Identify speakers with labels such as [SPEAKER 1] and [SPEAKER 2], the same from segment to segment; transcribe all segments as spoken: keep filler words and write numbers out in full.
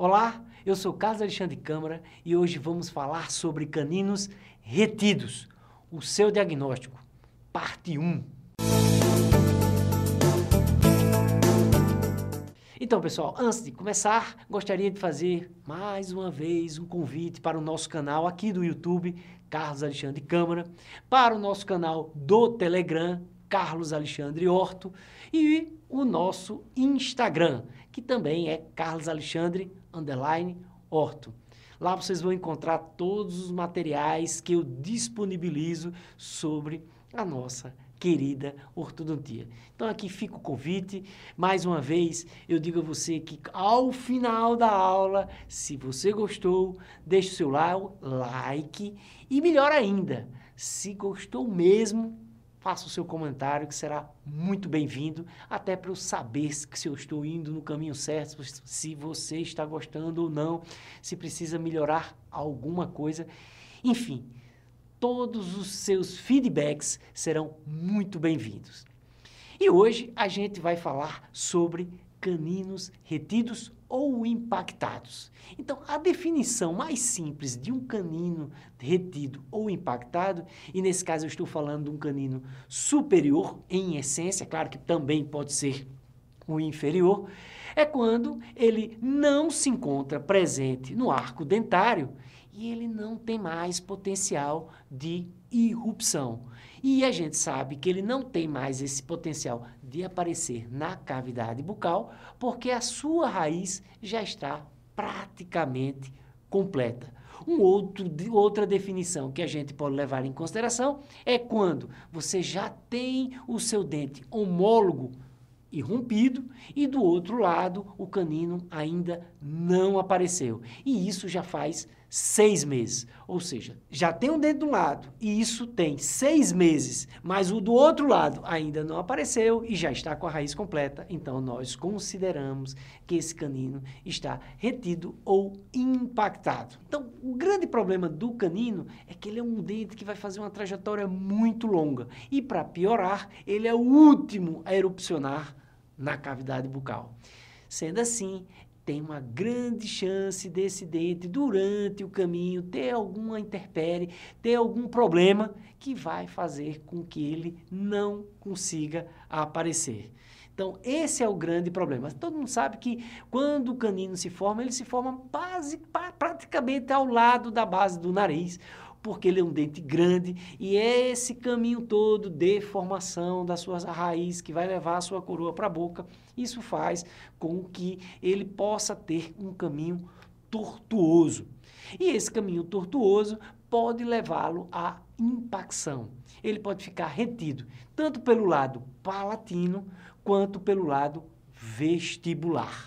[SPEAKER 1] Olá, eu sou Carlos Alexandre Câmara e hoje vamos falar sobre caninos retidos, o seu diagnóstico, parte um. Então, pessoal, antes de começar, gostaria de fazer mais uma vez um convite para o nosso canal aqui do YouTube, Carlos Alexandre Câmara, para o nosso canal do Telegram, Carlos Alexandre Horto, e o nosso Instagram, que também é Carlos Alexandre underline Horto. Lá vocês vão encontrar todos os materiais que eu disponibilizo sobre a nossa querida ortodontia. Então aqui fica o convite. Mais uma vez, eu digo a você que ao final da aula, se você gostou, deixe o seu like e melhor ainda, se gostou mesmo, faça o seu comentário que será muito bem-vindo, até para eu saber se eu estou indo no caminho certo, se você está gostando ou não, se precisa melhorar alguma coisa, enfim. Todos os seus feedbacks serão muito bem-vindos. E hoje a gente vai falar sobre caninos retidos ou impactados. Então, a definição mais simples de um canino retido ou impactado, e nesse caso eu estou falando de um canino superior em essência, claro que também pode ser o inferior, é quando ele não se encontra presente no arco dentário e ele não tem mais potencial de irrupção. E a gente sabe que ele não tem mais esse potencial de aparecer na cavidade bucal, porque a sua raiz já está praticamente completa. Um outro, outra definição que a gente pode levar em consideração é quando você já tem o seu dente homólogo irrompido e do outro lado o canino ainda não apareceu. E isso já faz seis meses. Ou seja, já tem um dente de um lado e isso tem seis meses, mas o do outro lado ainda não apareceu e já está com a raiz completa. Então nós consideramos que esse canino está retido ou impactado. Então o grande problema do canino é que ele é um dente que vai fazer uma trajetória muito longa e, para piorar, ele é o último a erupcionar na cavidade bucal. Sendo assim, tem uma grande chance desse dente, durante o caminho, ter alguma intempérie, ter algum problema que vai fazer com que ele não consiga aparecer. Então, esse é o grande problema. Todo mundo sabe que quando o canino se forma, ele se forma base, praticamente ao lado da base do nariz, porque ele é um dente grande e é esse caminho todo de formação das suas raízes que vai levar a sua coroa para a boca. Isso faz com que ele possa ter um caminho tortuoso. E esse caminho tortuoso pode levá-lo à impacção. Ele pode ficar retido, tanto pelo lado palatino quanto pelo lado vestibular.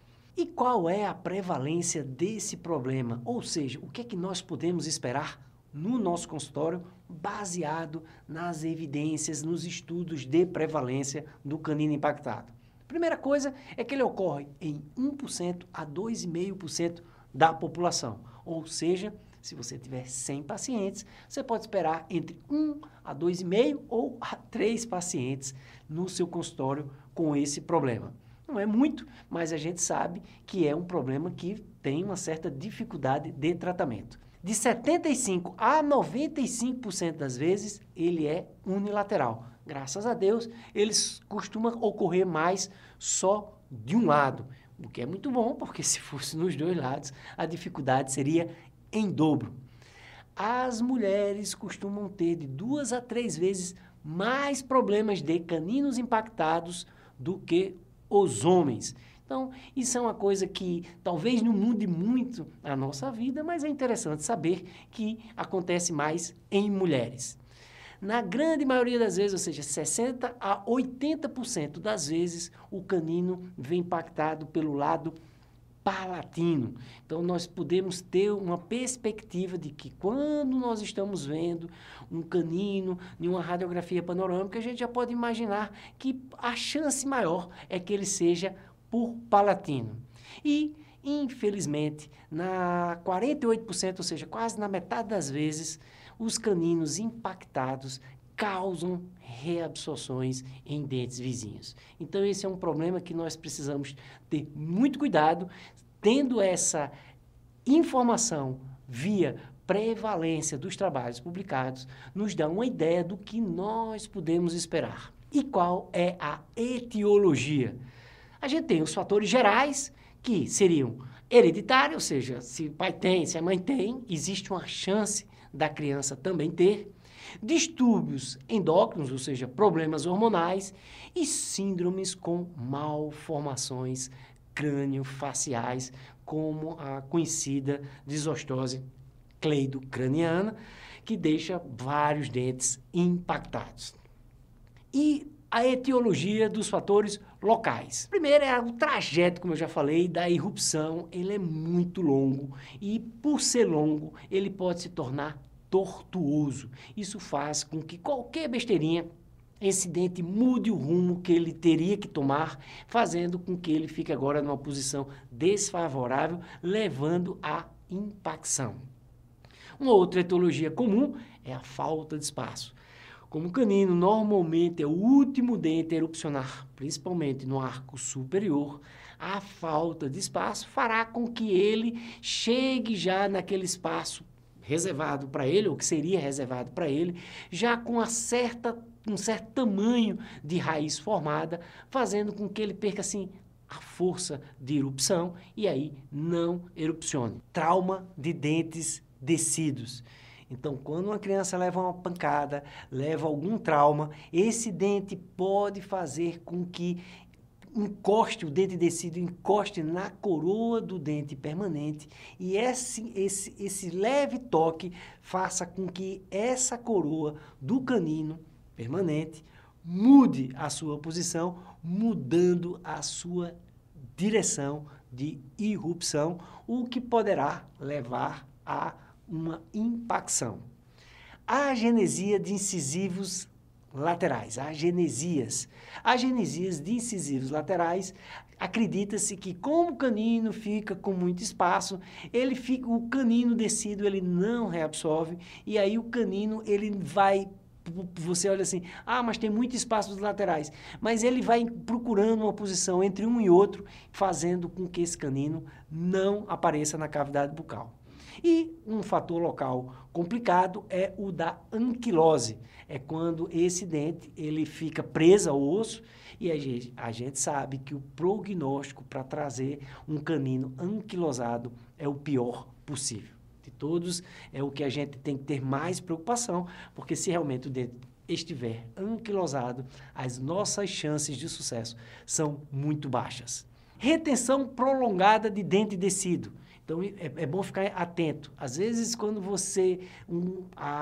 [SPEAKER 1] E qual é a prevalência desse problema? Ou seja, o que é que nós podemos esperar no nosso consultório, baseado nas evidências, nos estudos de prevalência do canino impactado? Primeira coisa é que ele ocorre em um por cento a dois vírgula cinco por cento da população. Ou seja, se você tiver cem pacientes, você pode esperar entre um a dois vírgula cinco ou a três pacientes no seu consultório com esse problema. Não é muito, mas a gente sabe que é um problema que tem uma certa dificuldade de tratamento. De setenta e cinco por cento a noventa e cinco por cento das vezes, ele é unilateral. Graças a Deus, eles costumam ocorrer mais só de um lado, o que é muito bom, porque se fosse nos dois lados, a dificuldade seria em dobro. As mulheres costumam ter de duas a três vezes mais problemas de caninos impactados do que os homens. Então, isso é uma coisa que talvez não mude muito a nossa vida, mas é interessante saber que acontece mais em mulheres. Na grande maioria das vezes, ou seja, sessenta a oitenta por cento das vezes, o canino vem impactado pelo lado palatino. Então, nós podemos ter uma perspectiva de que quando nós estamos vendo um canino em uma radiografia panorâmica, a gente já pode imaginar que a chance maior é que ele seja por palatino. E, infelizmente, na quarenta e oito por cento, ou seja, quase na metade das vezes, os caninos impactados causam reabsorções em dentes vizinhos. Então, esse é um problema que nós precisamos ter muito cuidado, tendo essa informação via prevalência dos trabalhos publicados, nos dá uma ideia do que nós podemos esperar. E qual é a etiologia? A gente tem os fatores gerais, que seriam hereditários, ou seja, se o pai tem, se a mãe tem, existe uma chance da criança também ter. Distúrbios endócrinos, ou seja, problemas hormonais, e síndromes com malformações crânio-faciais, como a conhecida desostose cleido-craniana, que deixa vários dentes impactados. E a etiologia dos fatores locais. Primeiro é o trajeto, como eu já falei, da irrupção. Ele é muito longo e, por ser longo, ele pode se tornar tortuoso. Isso faz com que qualquer besteirinha, esse dente mude o rumo que ele teria que tomar, fazendo com que ele fique agora numa posição desfavorável, levando à impacção. Uma outra etiologia comum é a falta de espaço. Como o canino normalmente é o último dente a erupcionar, principalmente no arco superior, a falta de espaço fará com que ele chegue já naquele espaço reservado para ele, ou que seria reservado para ele, já com uma certa, um certo tamanho de raiz formada, fazendo com que ele perca assim a força de erupção e aí não erupcione. Trauma de dentes descidos. Então, quando uma criança leva uma pancada, leva algum trauma, esse dente pode fazer com que encoste, o dente descido encoste na coroa do dente permanente e esse, esse, esse leve toque faça com que essa coroa do canino permanente mude a sua posição, mudando a sua direção de irrupção, o que poderá levar a uma impacção. A agenesia de incisivos laterais, agenesias. Agenesias de incisivos laterais, acredita-se que como o canino fica com muito espaço, ele fica, o canino descido ele não reabsorve e aí o canino ele vai, você olha assim, ah, mas tem muito espaço dos laterais, mas ele vai procurando uma posição entre um e outro, fazendo com que esse canino não apareça na cavidade bucal. E um fator local complicado é o da anquilose. É quando esse dente ele fica preso ao osso e a gente, a gente sabe que o prognóstico para trazer um canino anquilosado é o pior possível. De todos, é o que a gente tem que ter mais preocupação, porque se realmente o dente estiver anquilosado, as nossas chances de sucesso são muito baixas. Retenção prolongada de dente descido. Então, é, é bom ficar atento. Às vezes, quando você, um,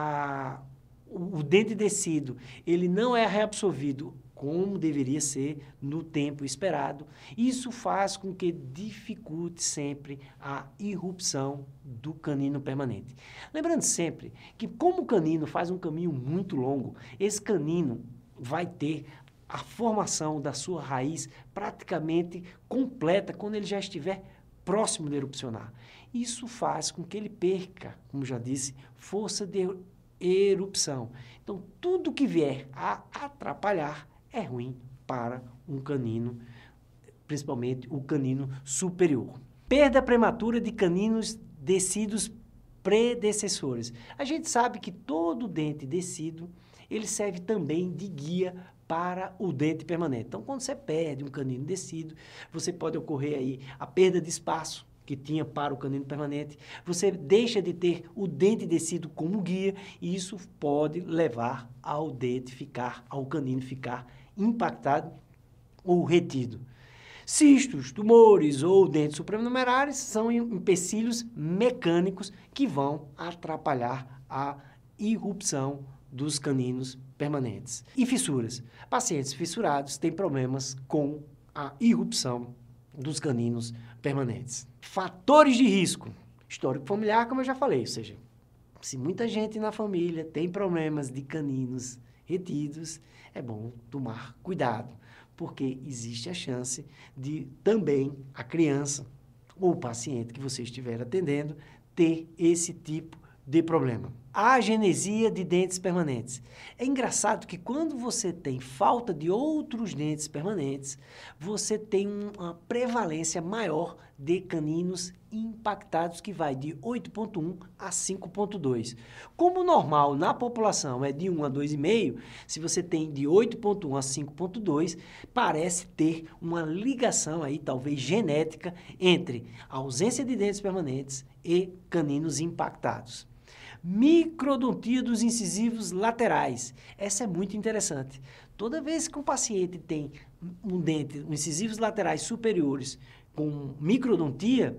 [SPEAKER 1] a, o, o dente descido, ele não é reabsorvido como deveria ser no tempo esperado, isso faz com que dificulte sempre a irrupção do canino permanente. Lembrando sempre que como o canino faz um caminho muito longo, esse canino vai ter a formação da sua raiz praticamente completa quando ele já estiver próximo de erupcionar. Isso faz com que ele perca, como já disse, força de erupção. Então, tudo que vier a atrapalhar é ruim para um canino, principalmente o canino superior. Perda prematura de caninos descidos predecessores. A gente sabe que todo dente descido, ele serve também de guia para o dente permanente. Então, quando você perde um canino descido, você pode ocorrer aí a perda de espaço que tinha para o canino permanente, você deixa de ter o dente descido como guia e isso pode levar ao dente ficar, ao canino ficar impactado ou retido. Cistos, tumores ou dentes supranumerários são empecilhos mecânicos que vão atrapalhar a irrupção dos caninos permanentes. E fissuras. Pacientes fissurados têm problemas com a irrupção dos caninos permanentes. Fatores de risco. Histórico familiar, como eu já falei, ou seja, se muita gente na família tem problemas de caninos retidos, é bom tomar cuidado, porque existe a chance de também a criança ou o paciente que você estiver atendendo ter esse tipo dê problema. Agenesia de dentes permanentes. É engraçado que quando você tem falta de outros dentes permanentes, você tem uma prevalência maior de caninos impactados, que vai de oito ponto um a cinco ponto dois. Como o normal na população é de um a dois vírgula cinco, se você tem de oito ponto um a cinco ponto dois, parece ter uma ligação aí, talvez genética, entre a ausência de dentes permanentes e caninos impactados. Microdontia dos incisivos laterais. Essa é muito interessante. Toda vez que um paciente tem um dente, um incisivos laterais superiores com microdontia,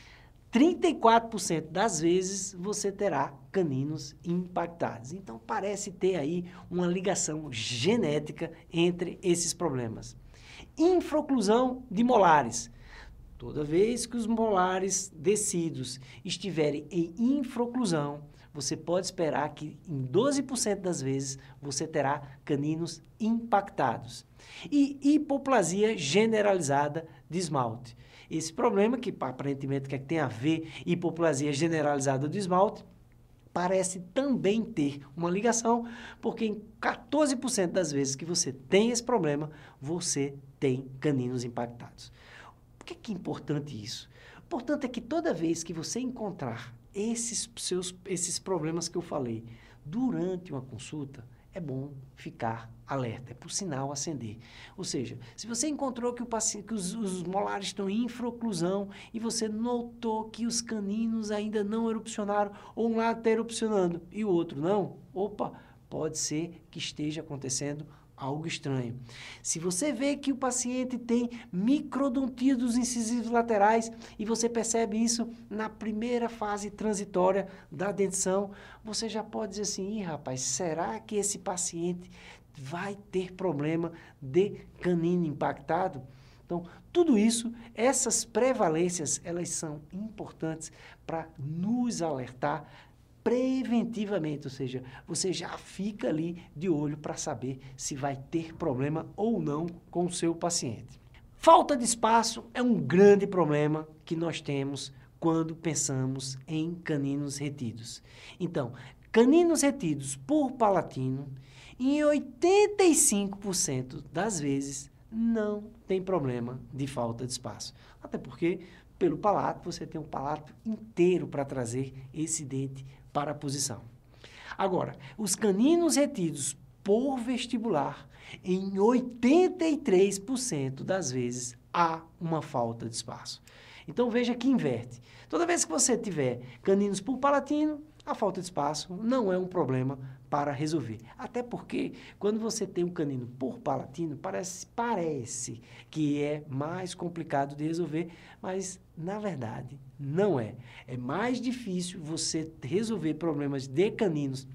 [SPEAKER 1] trinta e quatro por cento das vezes você terá caninos impactados. Então, parece ter aí uma ligação genética entre esses problemas. Infroclusão de molares. Toda vez que os molares descidos estiverem em infroclusão, você pode esperar que em doze por cento das vezes você terá caninos impactados. E hipoplasia generalizada de esmalte. Esse problema, que aparentemente que tem a ver hipoplasia generalizada do esmalte, parece também ter uma ligação, porque em quatorze por cento das vezes que você tem esse problema, você tem caninos impactados. Por que que é importante isso? O importante é que toda vez que você encontrar esses, seus, esses problemas que eu falei durante uma consulta, é bom ficar alerta, é por sinal acender. Ou seja, se você encontrou que, o paciente, que os, os molares estão em infroclusão e você notou que os caninos ainda não erupcionaram, ou um lado está erupcionando e o outro não, opa, pode ser que esteja acontecendo algo estranho. Se você vê que o paciente tem microdontia dos incisivos laterais e você percebe isso na primeira fase transitória da dentição, você já pode dizer assim, Ih, rapaz, será que esse paciente vai ter problema de canino impactado? Então, tudo isso, essas prevalências, elas são importantes para nos alertar preventivamente, ou seja, você já fica ali de olho para saber se vai ter problema ou não com o seu paciente. Falta de espaço é um grande problema que nós temos quando pensamos em caninos retidos. Então, caninos retidos por palatino, em oitenta e cinco por cento das vezes, não tem problema de falta de espaço. Até porque, pelo palato, você tem um palato inteiro para trazer esse dente para a posição. Agora, os caninos retidos por vestibular, em oitenta e três por cento das vezes, há uma falta de espaço. Então, veja que inverte. Toda vez que você tiver caninos por palatino, a falta de espaço não é um problema para resolver. Até porque, quando você tem um canino por palatino, parece, parece que é mais complicado de resolver, mas, na verdade, não é. É mais difícil você resolver problemas de caninos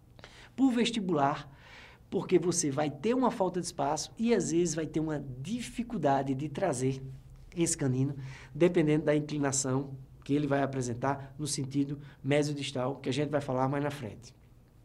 [SPEAKER 1] por vestibular, porque você vai ter uma falta de espaço e, às vezes, vai ter uma dificuldade de trazer esse canino, dependendo da inclinação que ele vai apresentar no sentido mesodistal, que a gente vai falar mais na frente.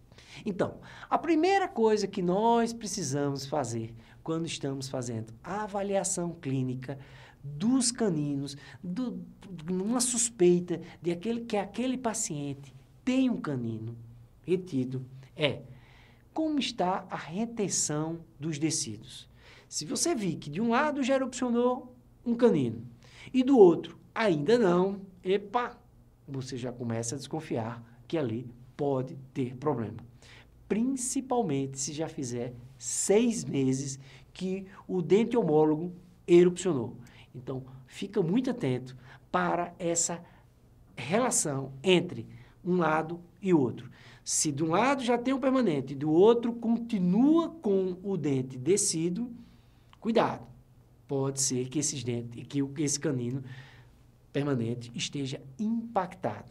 [SPEAKER 1] Então, a primeira coisa que nós precisamos fazer quando estamos fazendo a avaliação clínica dos caninos, do, uma suspeita de aquele, que aquele paciente tem um canino retido, é como está a retenção dos descidos. Se você vir que de um lado já erupcionou um canino e do outro ainda não, epa, você já começa a desconfiar que ali pode ter problema. Principalmente se já fizer seis meses que o dente homólogo erupcionou. Então, fica muito atento para essa relação entre um lado e outro. Se de um lado já tem um permanente e do outro continua com o dente descido, cuidado. Pode ser que esses dentes, que esse canino permanente esteja impactado.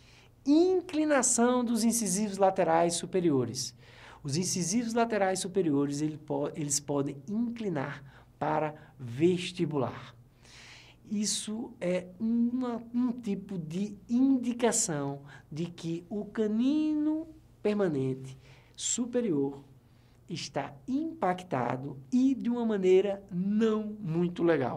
[SPEAKER 1] Inclinação dos incisivos laterais superiores. Os incisivos laterais superiores, ele po- eles podem inclinar para vestibular. Isso é uma, um tipo de indicação de que o canino permanente superior está impactado e de uma maneira não muito legal.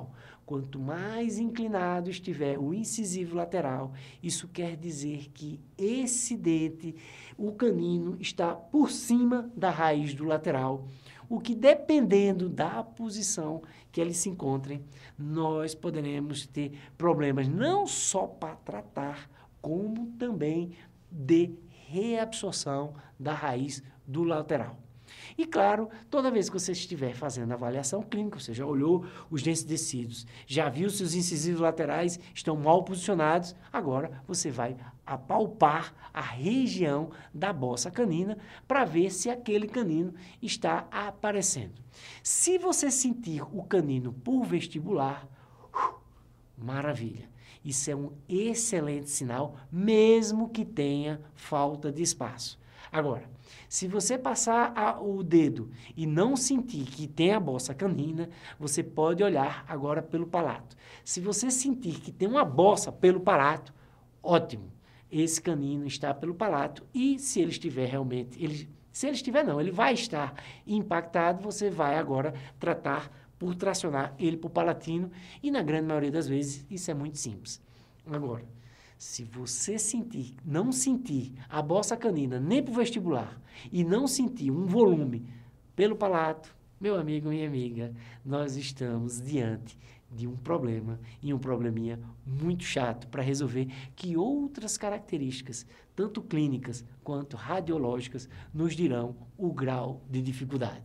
[SPEAKER 1] Quanto mais inclinado estiver o incisivo lateral, isso quer dizer que esse dente, o canino, está por cima da raiz do lateral, o que, dependendo da posição que eles se encontrem, nós poderemos ter problemas não só para tratar, como também de reabsorção da raiz do lateral. E, claro, toda vez que você estiver fazendo a avaliação clínica, você já olhou os dentes descidos, já viu se os incisivos laterais estão mal posicionados, agora você vai apalpar a região da bossa canina para ver se aquele canino está aparecendo. Se você sentir o canino por vestibular, maravilha! Isso é um excelente sinal, mesmo que tenha falta de espaço. Agora, se você passar a, o dedo e não sentir que tem a bossa canina, você pode olhar agora pelo palato. Se você sentir que tem uma bossa pelo palato, ótimo, esse canino está pelo palato e se ele estiver realmente, ele, se ele estiver não, ele vai estar impactado, você vai agora tratar por tracionar ele para o palatino e na grande maioria das vezes isso é muito simples. Agora, se você sentir, não sentir a bossa canina nem para o vestibular e não sentir um volume pelo palato, meu amigo, minha amiga, nós estamos diante de um problema e um probleminha muito chato para resolver que outras características, tanto clínicas quanto radiológicas, nos dirão o grau de dificuldade.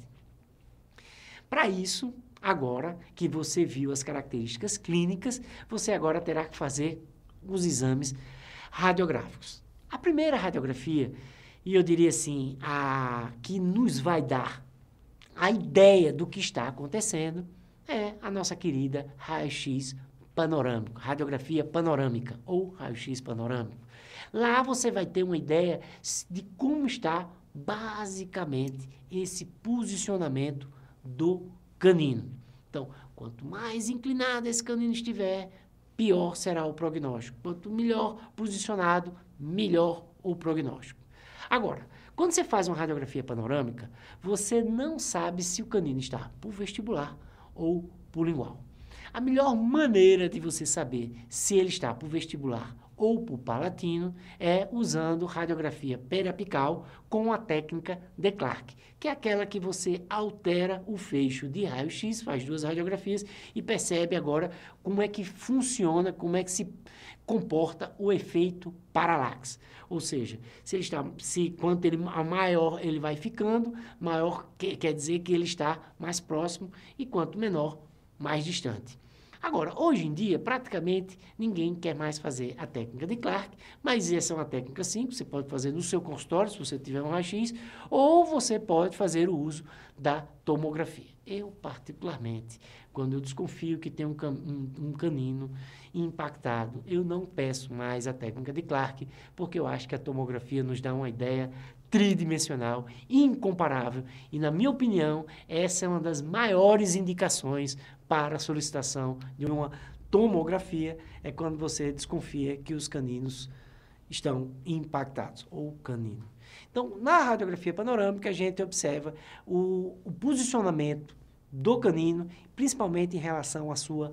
[SPEAKER 1] Para isso, agora que você viu as características clínicas, você agora terá que fazer os exames radiográficos. A primeira radiografia, e eu diria assim, a que nos vai dar a ideia do que está acontecendo, é a nossa querida raio-x panorâmico, radiografia panorâmica ou raio-x panorâmico. Lá você vai ter uma ideia de como está basicamente esse posicionamento do canino. Então, quanto mais inclinado esse canino estiver, pior será o prognóstico. Quanto melhor posicionado, melhor o prognóstico. Agora, quando você faz uma radiografia panorâmica, você não sabe se o canino está por vestibular ou por lingual. A melhor maneira de você saber se ele está por vestibular ou por palatino é usando radiografia periapical com a técnica de Clark, que é aquela que você altera o feixe de raio-x, faz duas radiografias e percebe agora como é que funciona, como é que se comporta o efeito paralaxe. Ou seja, se ele está, se quanto ele a maior ele vai ficando, maior que, quer dizer que ele está mais próximo e quanto menor, mais distante. Agora, hoje em dia, praticamente ninguém quer mais fazer a técnica de Clark, mas essa é uma técnica sim, que você pode fazer no seu consultório, se você tiver um raio-x, ou você pode fazer o uso da tomografia. Eu, particularmente, quando eu desconfio que tem um, um, um canino impactado, eu não peço mais a técnica de Clark, porque eu acho que a tomografia nos dá uma ideia tridimensional, incomparável, e, na minha opinião, essa é uma das maiores indicações para a solicitação de uma tomografia, é quando você desconfia que os caninos estão impactados, ou canino. Então, na radiografia panorâmica, a gente observa o, o posicionamento do canino, principalmente em relação à sua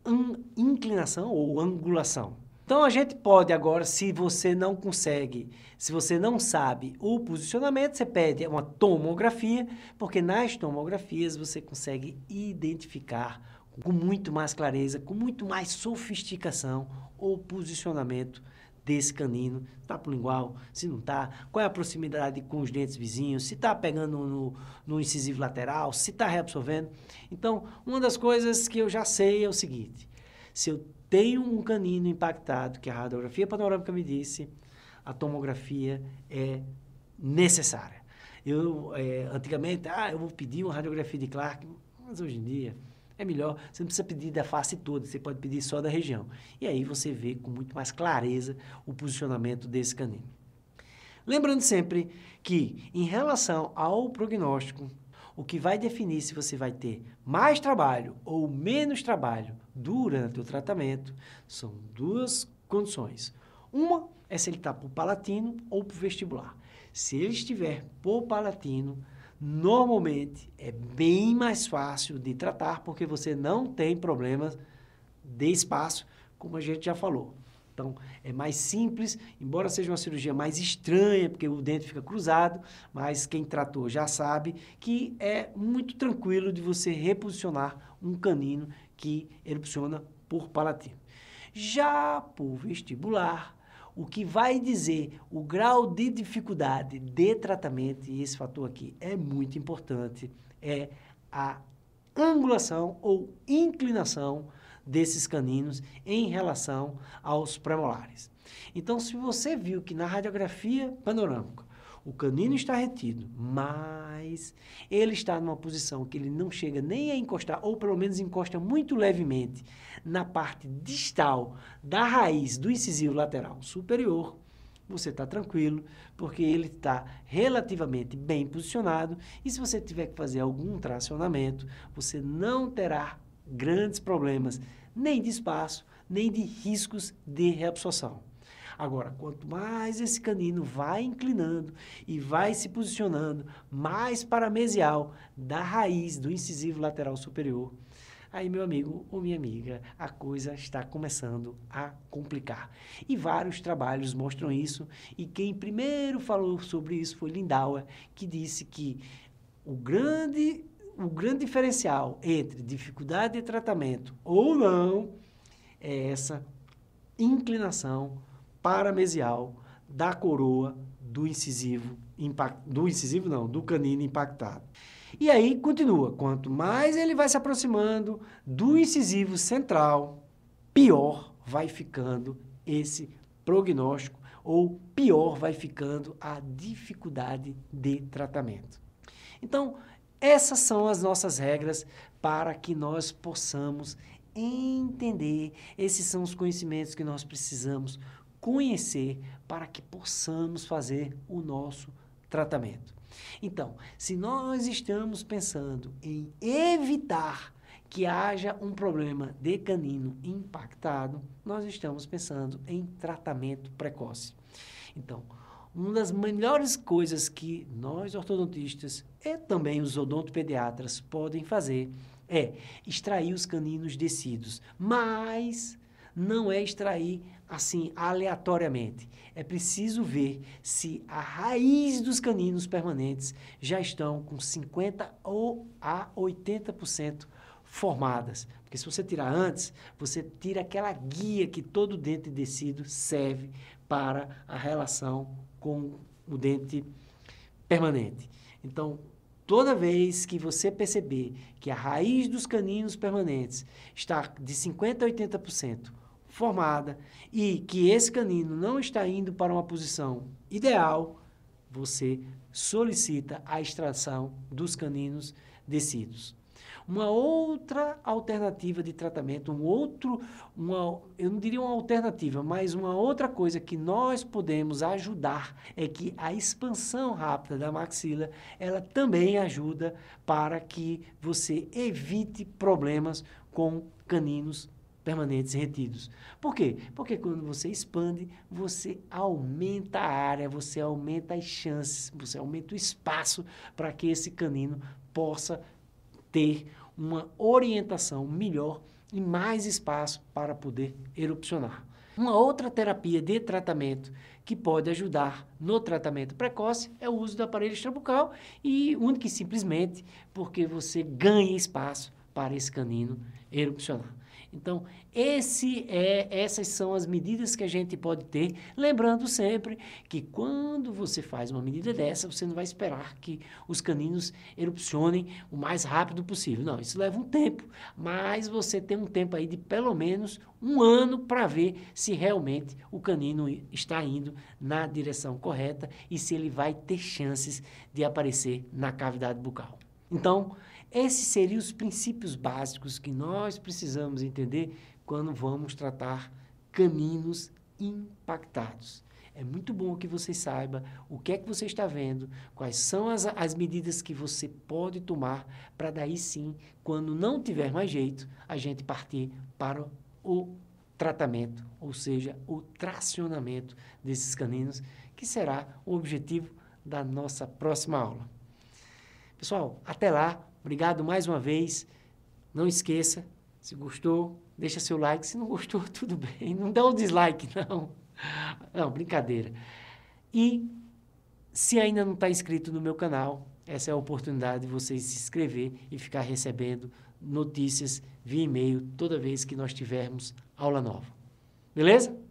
[SPEAKER 1] inclinação ou angulação. Então, a gente pode agora, se você não consegue, se você não sabe o posicionamento, você pede uma tomografia, porque nas tomografias você consegue identificar com muito mais clareza, com muito mais sofisticação, o posicionamento desse canino, se está pro lingual, se não está, qual é a proximidade com os dentes vizinhos, se está pegando no, no incisivo lateral, se está reabsorvendo. Então, uma das coisas que eu já sei é o seguinte, se eu tenho um canino impactado, que a radiografia panorâmica me disse, a tomografia é necessária. Eu, é, antigamente, ah, eu vou pedir uma radiografia de Clark, mas hoje em dia é melhor, você não precisa pedir da face toda, você pode pedir só da região. E aí você vê com muito mais clareza o posicionamento desse canino. Lembrando sempre que, em relação ao prognóstico, o que vai definir se você vai ter mais trabalho ou menos trabalho durante o tratamento são duas condições. Uma é se ele está por palatino ou por vestibular. Se ele estiver por palatino, normalmente é bem mais fácil de tratar porque você não tem problemas de espaço, como a gente já falou. Então, é mais simples, embora seja uma cirurgia mais estranha, porque o dente fica cruzado, mas quem tratou já sabe que é muito tranquilo de você reposicionar um canino que erupciona por palatino. Já por vestibular, o que vai dizer o grau de dificuldade de tratamento, e esse fator aqui é muito importante, é a angulação ou inclinação desses caninos em relação aos premolares. Então, se você viu que na radiografia panorâmica o canino está retido, mas ele está numa posição que ele não chega nem a encostar, ou pelo menos encosta muito levemente na parte distal da raiz do incisivo lateral superior, você está tranquilo, porque ele está relativamente bem posicionado e se você tiver que fazer algum tracionamento, você não terá grandes problemas, nem de espaço, nem de riscos de reabsorção. Agora, quanto mais esse canino vai inclinando e vai se posicionando mais para a mesial da raiz do incisivo lateral superior, aí, meu amigo ou minha amiga, a coisa está começando a complicar. E vários trabalhos mostram isso, e quem primeiro falou sobre isso foi Lindauer, que disse que o grande, o grande diferencial entre dificuldade de tratamento ou não é essa inclinação paramesial da coroa do incisivo, impact, do incisivo não, do canino impactado. E aí continua, quanto mais ele vai se aproximando do incisivo central, pior vai ficando esse prognóstico ou pior vai ficando a dificuldade de tratamento. Então, essas são as nossas regras para que nós possamos entender, esses são os conhecimentos que nós precisamos conhecer para que possamos fazer o nosso tratamento. Então, se nós estamos pensando em evitar que haja um problema de canino impactado, nós estamos pensando em tratamento precoce. Então, uma das melhores coisas que nós ortodontistas e também os odontopediatras podem fazer é extrair os caninos descidos, mas não é extrair assim aleatoriamente. É preciso ver se a raiz dos caninos permanentes já estão com cinquenta ou a oitenta por cento formadas. Porque se você tirar antes, você tira aquela guia que todo dente descido serve para a relação com o dente permanente. Então, toda vez que você perceber que a raiz dos caninos permanentes está de cinquenta a oitenta por cento formada e que esse canino não está indo para uma posição ideal, você solicita a extração dos caninos descidos. Uma outra alternativa de tratamento, um outro, uma, eu não diria uma alternativa, mas uma outra coisa que nós podemos ajudar é que a expansão rápida da maxila, ela também ajuda para que você evite problemas com caninos permanentes retidos. Por quê? Porque quando você expande, você aumenta a área, você aumenta as chances, você aumenta o espaço para que esse canino possa ter uma orientação melhor e mais espaço para poder erupcionar. Uma outra terapia de tratamento que pode ajudar no tratamento precoce é o uso do aparelho extrabucal e única e simplesmente porque você ganha espaço para esse canino erupcionar. Então, esse é, essas são as medidas que a gente pode ter, lembrando sempre que quando você faz uma medida dessa, você não vai esperar que os caninos erupcionem o mais rápido possível. Não, isso leva um tempo, mas você tem um tempo aí de pelo menos um ano para ver se realmente o canino está indo na direção correta e se ele vai ter chances de aparecer na cavidade bucal. Então, esses seriam os princípios básicos que nós precisamos entender quando vamos tratar caninos impactados. É muito bom que você saiba o que é que você está vendo, quais são as, as medidas que você pode tomar para daí sim, quando não tiver mais jeito, a gente partir para o tratamento, ou seja, o tracionamento desses caninos, que será o objetivo da nossa próxima aula. Pessoal, até lá. Obrigado mais uma vez. Não esqueça, se gostou, deixa seu like. Se não gostou, tudo bem. Não dá o dislike, não. Não, brincadeira. E se ainda não está inscrito no meu canal, essa é a oportunidade de você se inscrever e ficar recebendo notícias via e-mail toda vez que nós tivermos aula nova. Beleza?